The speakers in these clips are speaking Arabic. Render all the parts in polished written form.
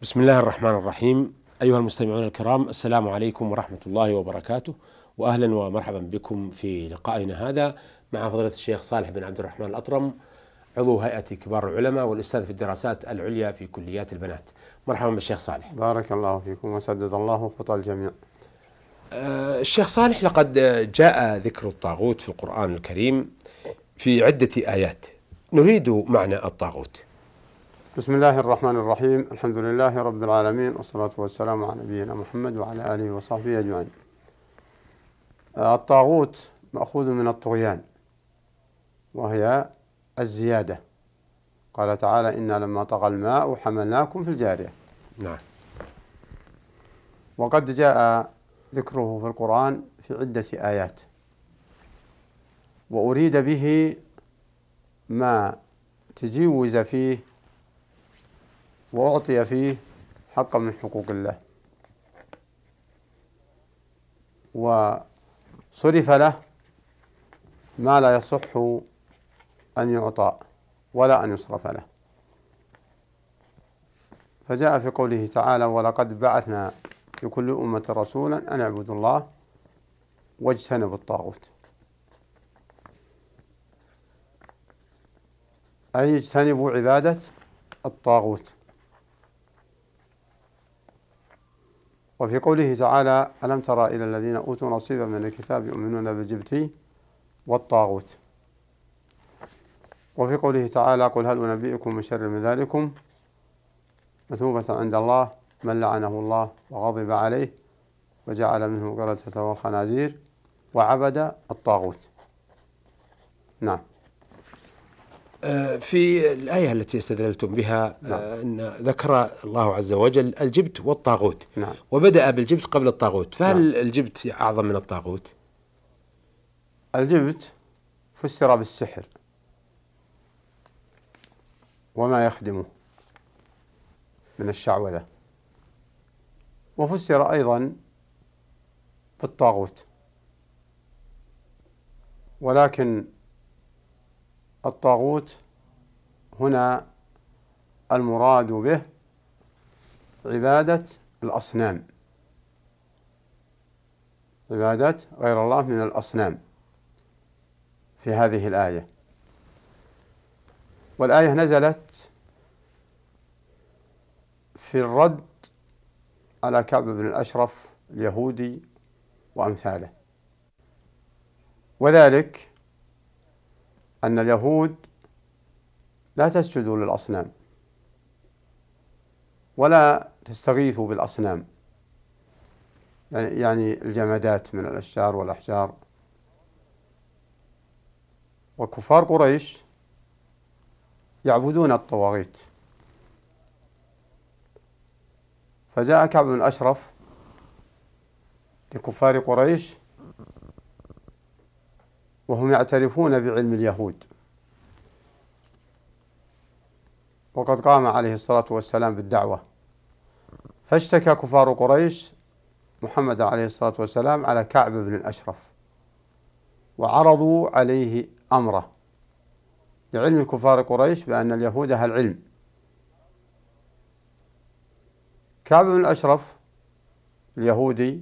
بسم الله الرحمن الرحيم. أيها المستمعون الكرام، السلام عليكم ورحمة الله وبركاته، وأهلا ومرحبا بكم في لقائنا هذا مع فضيلة الشيخ صالح بن عبد الرحمن الأطرم، عضو هيئة كبار العلماء والأستاذ في الدراسات العليا في كليات البنات. مرحبا بالشيخ صالح. بارك الله فيكم وسدد الله خطى الجميع. الشيخ صالح، لقد جاء ذكر الطاغوت في القرآن الكريم في عدة آيات، نريد معنى الطاغوت. بسم الله الرحمن الرحيم، الحمد لله رب العالمين، والصلاة والسلام على نبينا محمد وعلى آله وصحبه أجمعين. الطاغوت مأخوذ من الطغيان، وهي الزيادة. قال تعالى: إنا لما طغى الماء حملناكم في الجارية. نعم. وقد جاء ذكره في القرآن في عدة آيات، وأريد به ما تجوز فيه وأعطي فيه حقا من حقوق الله، وصرف له ما لا يصح أن يعطى ولا أن يصرف له. فجاء في قوله تعالى: ولقد بعثنا في كل أمة رسولا أن اعبدوا الله واجتنبوا الطاغوت، أي اجتنبوا عبادة الطاغوت. وفي قوله تعالى: ألم تر إلى الذين أوتوا نصيبا من الكتاب يؤمنون بالجبت والطاغوت. وفي قوله تعالى: قل هل أنبئكم بشر من ذلكم مثوبة عند الله من لعنه الله وغضب عليه وجعل منه القردة والخنازير وعبد الطاغوت. نعم. في الآية التي استدللتم بها، نعم. أن ذكر الله عز وجل الجبت والطاغوت. نعم. وبدأ بالجبت قبل الطاغوت، فهل نعم. الجبت أعظم من الطاغوت؟ الجبت فسر بالسحر وما يخدمه من الشعوذة، وفسر أيضا بالطاغوت، ولكن الطاغوت هنا المراد به عبادة الأصنام، عبادة غير الله من الأصنام في هذه الآية. والآية نزلت في الرد على كعب بن الأشرف اليهودي وأمثاله، وذلك أن اليهود لا تسجدوا للأصنام ولا تستغيثوا بالأصنام، يعني الجمادات من الأشجار والأحجار. وكفار قريش يعبدون الطواغيت، فجاء كعب بن الأشرف لكفار قريش وهم يعترفون بعلم اليهود، وقد قام عليه الصلاة والسلام بالدعوة، فاشتكى كفار قريش محمد عليه الصلاة والسلام على كعب بن الأشرف، وعرضوا عليه أمره لعلم كفار قريش بأن اليهود أهل علم. كعب بن الأشرف اليهودي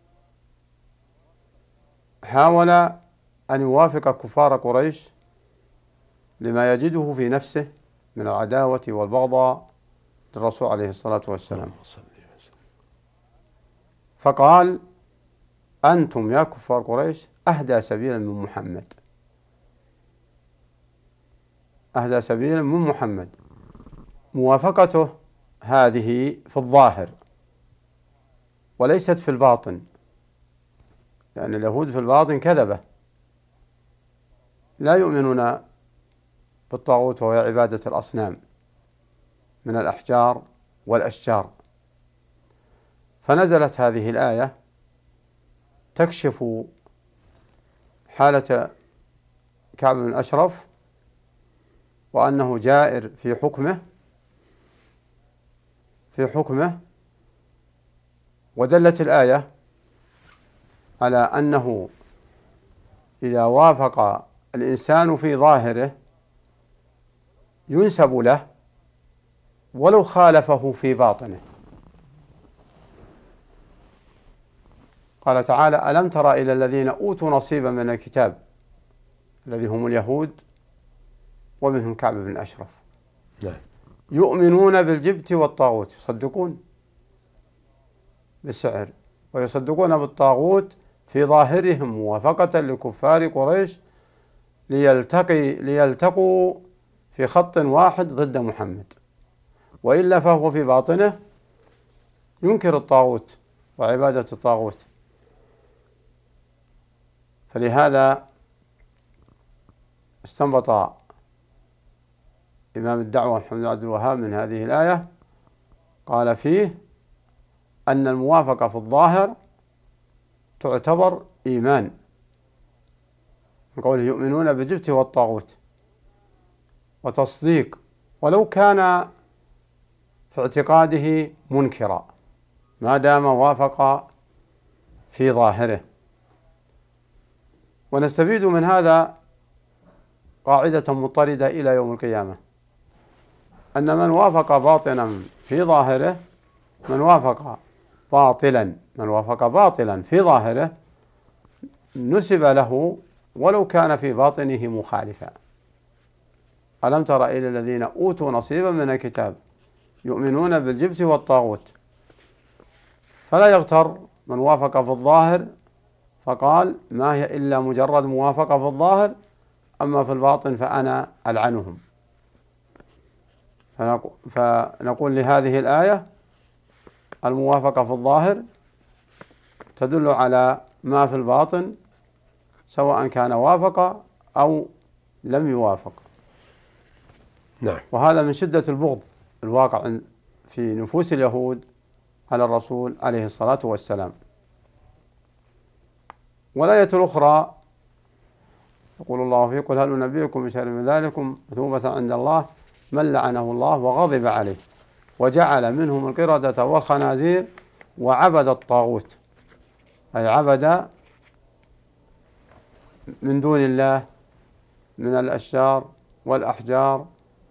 حاول أن يوافق كفار قريش لما يجده في نفسه من العداوة والبغضاء للرسول عليه الصلاة والسلام، فقال: أنتم يا كفار قريش أهدى سبيلا من محمد، أهدى سبيلا من محمد. موافقته هذه في الظاهر وليست في الباطن، لأن اليهود في الباطن كذبة، لا يؤمنون بالطاغوت وهي عبادة الأصنام من الأحجار والأشجار. فنزلت هذه الآية تكشف حالة كعب بن الأشرف وأنه جائر في حكمه، ودلت الآية على أنه إذا وافق الإنسان في ظاهره ينسب له ولو خالفه في باطنه، قال تعالى: ألم تر إلى الذين أوتوا نصيبا من الكتاب، الذي هم اليهود، ومنهم كعب بن أشرف، نعم. يؤمنون بالجبت والطاغوت، يصدقون بالسحر ويصدقون بالطاغوت في ظاهرهم موافقة لكفار قريش ليلتقوا في خط واحد ضد محمد، وإلا فهو في باطنه ينكر الطاغوت وعبادة الطاغوت. فلهذا استنبط إمام الدعوة محمد بن عبد الوهاب من هذه الآية، قال فيه أن الموافقة في الظاهر تعتبر إيمان، من قوله يؤمنون بالجبت والطاغوت، وتصديق ولو كان في اعتقاده منكرا ما دام وافق في ظاهره. ونستفيد من هذا قاعدة مضطردة إلى يوم القيامة، أن من وافق باطنا في ظاهره، من وافق باطلا في ظاهره نسب له ولو كان في باطنه مخالفا. ألم تر إلى الذين أوتوا نصيبا من الكتاب يؤمنون بالجبت والطاغوت. فلا يغتر من وافق في الظاهر فقال ما هي إلا مجرد موافقة في الظاهر، أما في الباطن فأنا ألعنهم. فنقول لهذه الآية الموافقة في الظاهر تدل على ما في الباطن، سواء كان وافق أو لم يوافق. نعم. وهذا من شدة البغض الواقع في نفوس اليهود على الرسول عليه الصلاة والسلام. والآية الأخرى يقول الله فيه: قل هل ننبئكم بشر من ذلكم مثوبة عند الله من لعنه الله وغضب عليه وجعل منهم القردة والخنازير وعبد الطاغوت، أي عبد من دون الله من الأشجار والأحجار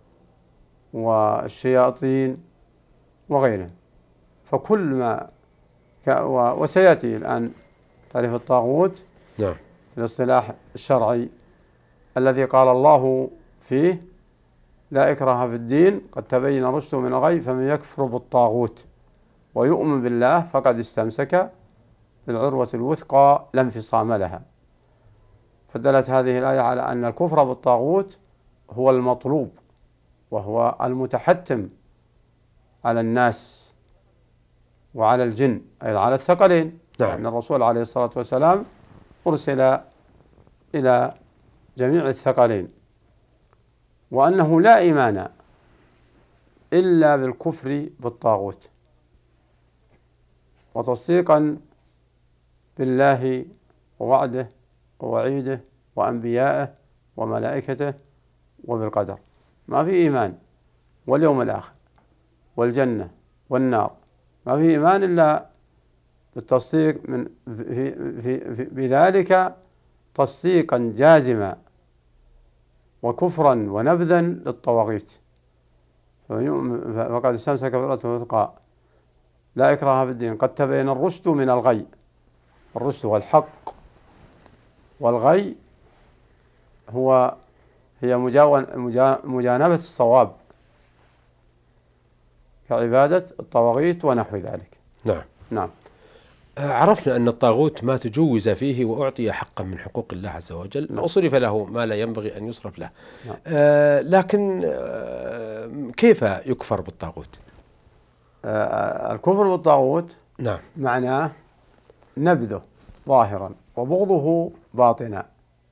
والشياطين وغيره. فكل ما وسيأتي الآن تعريف الطاغوت نعم. في الاصطلاح الشرعي الذي قال الله فيه: لا إكراه في الدين قد تبين الرشد من الغي فمن يكفر بالطاغوت ويؤمن بالله فقد استمسك بالعروة الوثقى لا انفصام لها. فدلت هذه الآية على أن الكفر بالطاغوت هو المطلوب وهو المتحتم على الناس وعلى الجن، أي على الثقلين. نعم. أن الرسول عليه الصلاة والسلام أرسل إلى جميع الثقلين، وأنه لا إيمان إلا بالكفر بالطاغوت، وتصديقا بالله ووعده ووعيده وأنبيائه وملائكته وبالقدر. ما في إيمان واليوم الآخر والجنة والنار، ما في إيمان إلا بالتصديق بذلك تصديقا جازما وكفرا ونبذا للطواغيت. فقد استمسك بالعروة الوثقى لا إكراه في الدين قد تبين الرشد من الغي. الرشد هو الحق، والغي هي مجانبة الصواب كعبادة الطواغيت ونحو ذلك. نعم. نعم. عرفنا أن الطاغوت ما تجوز فيه وأعطي حقا من حقوق الله عز وجل. نعم. وصرف له ما لا ينبغي أن يصرف له. نعم. لكن كيف يكفر بالطاغوت؟ الكفر بالطاغوت نعم. معناه نبذه ظاهرا وبغضه باطنا،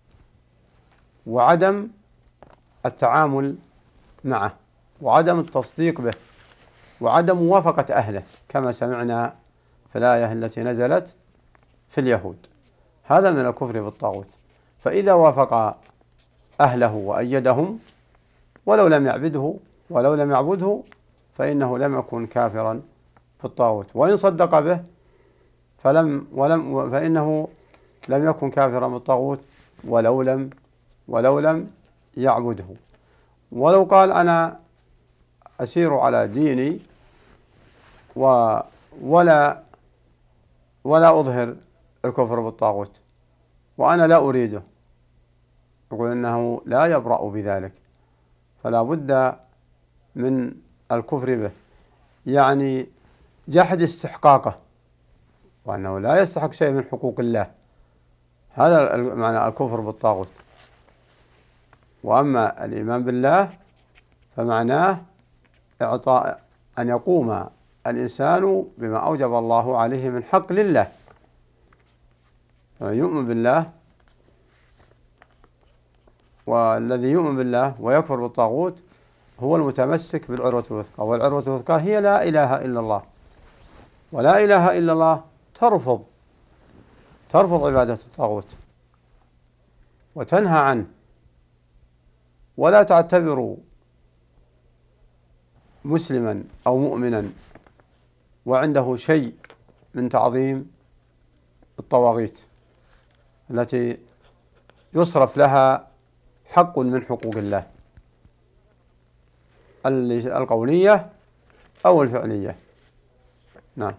وعدم التعامل معه، وعدم التصديق به، وعدم موافقة أهله، كما سمعنا في الآية التي نزلت في اليهود. هذا من الكفر بالطاغوت. فإذا وافق أهله وأيدهم ولو لم يعبده فإنه لم يكن كافرا بالطاغوت، وإن صدق به فإنه لم يكن كافرا بالطاغوت ولو لم يعبده. ولو قال أنا أسير على ديني ولا أظهر الكفر بالطاغوت وأنا لا أريده، يقول إنه لا يبرأ بذلك، فلا بد من الكفر به، يعني جحد استحقاقه وأنه لا يستحق شيء من حقوق الله، هذا معنى الكفر بالطاغوت. وأما الإيمان بالله فمعناه إعطاء أن يقوم الإنسان بما أوجب الله عليه من حق لله، يؤمن بالله، والذي يؤمن بالله ويكفر بالطاغوت هو المتمسك بالعروة الوثقى، والعروة الوثقى هي لا إله إلا الله، ولا إله إلا الله ترفض عبادة الطاغوت وتنهى عنه، ولا تعتبر مسلما أو مؤمنا وعنده شيء من تعظيم الطواغيت التي يصرف لها حق من حقوق الله القولية أو الفعلية. نعم.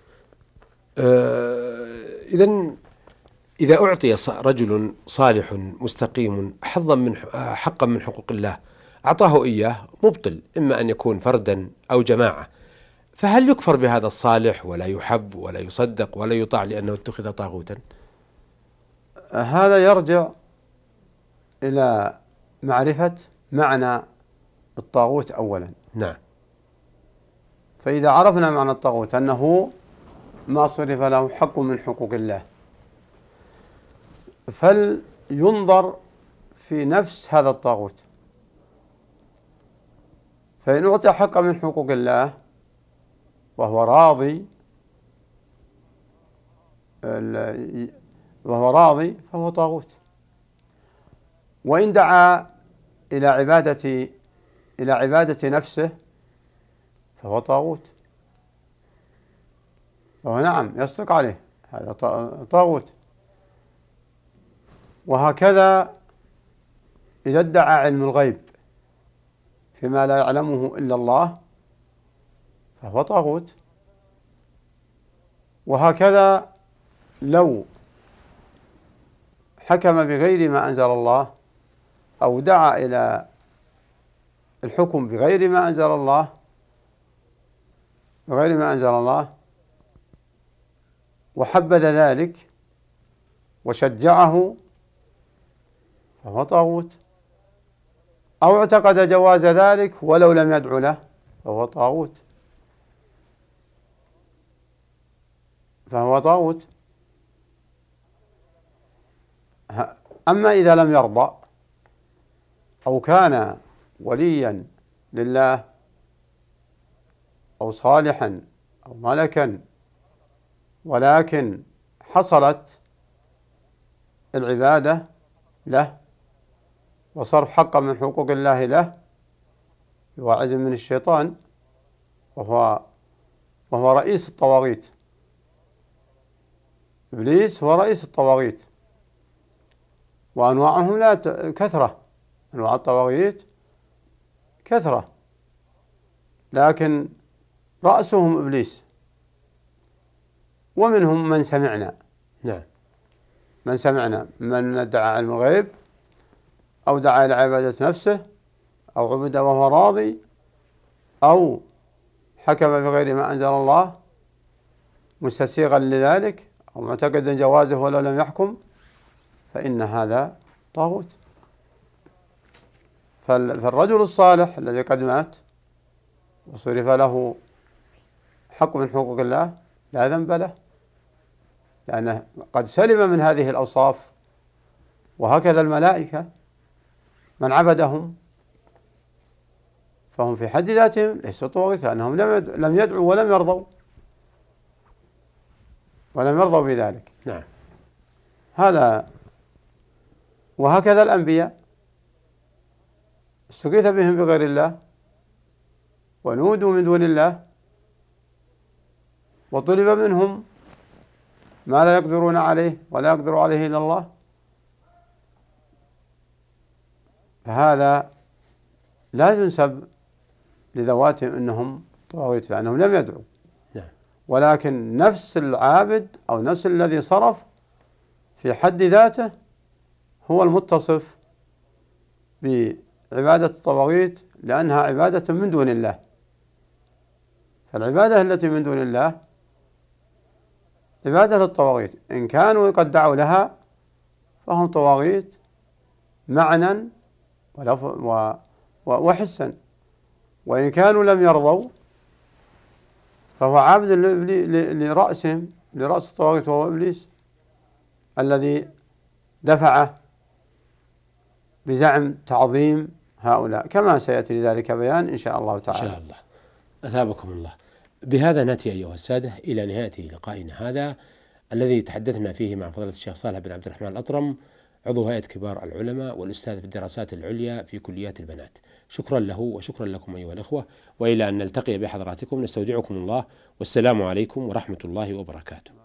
إذا أعطي رجل صالح مستقيم حقا من حقوق الله أعطاه إياه مبطل، إما أن يكون فردا أو جماعة، فهل يكفر بهذا الصالح ولا يحب ولا يصدق ولا يطاع لأنه اتخذ طاغوتا؟ هذا يرجع إلى معرفة معنى الطاغوت أولا. نعم. فإذا عرفنا معنى الطاغوت أنه ما صرف له حق من حقوق الله، فلينظر في نفس هذا الطاغوت، فإن أعطي حق من حقوق الله وهو راضي فهو طاغوت، وإن دعا إلى عبادة نفسه فهو طاغوت، فهو نعم يصدق عليه، هذا طاغوت. وهكذا إذا ادعى علم الغيب فيما لا يعلمه إلا الله فهو طاغوت. وهكذا لو حكم بغير ما أنزل الله أو دعا إلى الحكم بغير ما أنزل الله وحبذ ذلك وشجعه فهو طاغوت، أو اعتقد جواز ذلك ولو لم يدعو له فهو طاغوت. أما إذا لم يرضى أو كان وليا لله أو صالحا أو ملكا ولكن حصلت العبادة له وصرف حقا من حقوق الله له بواعظ من الشيطان، وهو رئيس الطواغيت، إبليس هو رئيس الطواغيت، وأنواعهم لا كثرة، أنواع الطواغيت كثرة، لكن رأسهم إبليس، ومنهم من سمعنا. نعم. من سمعنا من ادعى علم الغيب أو دعا إلى عبادة نفسه أو عبد وهو راضي أو حكم بغير ما أنزل الله مستسيغا لذلك أو معتقدا جوازه ولو لم يحكم، فإن هذا طاغوت. فالرجل الصالح الذي قد مات وصرف له حق من حقوق الله لا ذنب له، لأنه قد سلم من هذه الأوصاف. وهكذا الملائكة من عبدهم فهم في حد ذاتهم ليسوا طواغيت، لأنهم لم يدعوا ولم يرضوا بذلك. نعم. هذا. وهكذا الأنبياء استغيث بهم بغير الله ونودوا من دون الله وطلب منهم ما لا يقدرون عليه ولا يقدر عليه إلا الله، فهذا لا ينسب لذواتهم أنهم طواغيت، لأنهم لم يدعوا، ولكن نفس العابد أو نفس الذي صرف في حد ذاته هو المتصف بعبادة الطواغيت، لأنها عبادة من دون الله. فالعبادة التي من دون الله عبادة للطواغيت، إن كانوا قد دعوا لها فهم طواغيت معنى وحسا، وإن كانوا لم يرضوا فهو عابد لرأس الطواغيت، وهو إبليس الذي دفعه بزعم تعظيم هؤلاء، كما سيأتي لذلك بيان إن شاء الله تعالى. إن شاء الله. أثابكم الله. بهذا نأتي أيها السادة إلى نهاية لقائنا هذا الذي تحدثنا فيه مع فضيلة الشيخ صالح بن عبد الرحمن الأطرم، عضو هيئة كبار العلماء والأستاذ في الدراسات العليا في كليات البنات. شكرا له وشكرا لكم أيها الأخوة، وإلى أن نلتقي بحضراتكم نستودعكم الله، والسلام عليكم ورحمة الله وبركاته.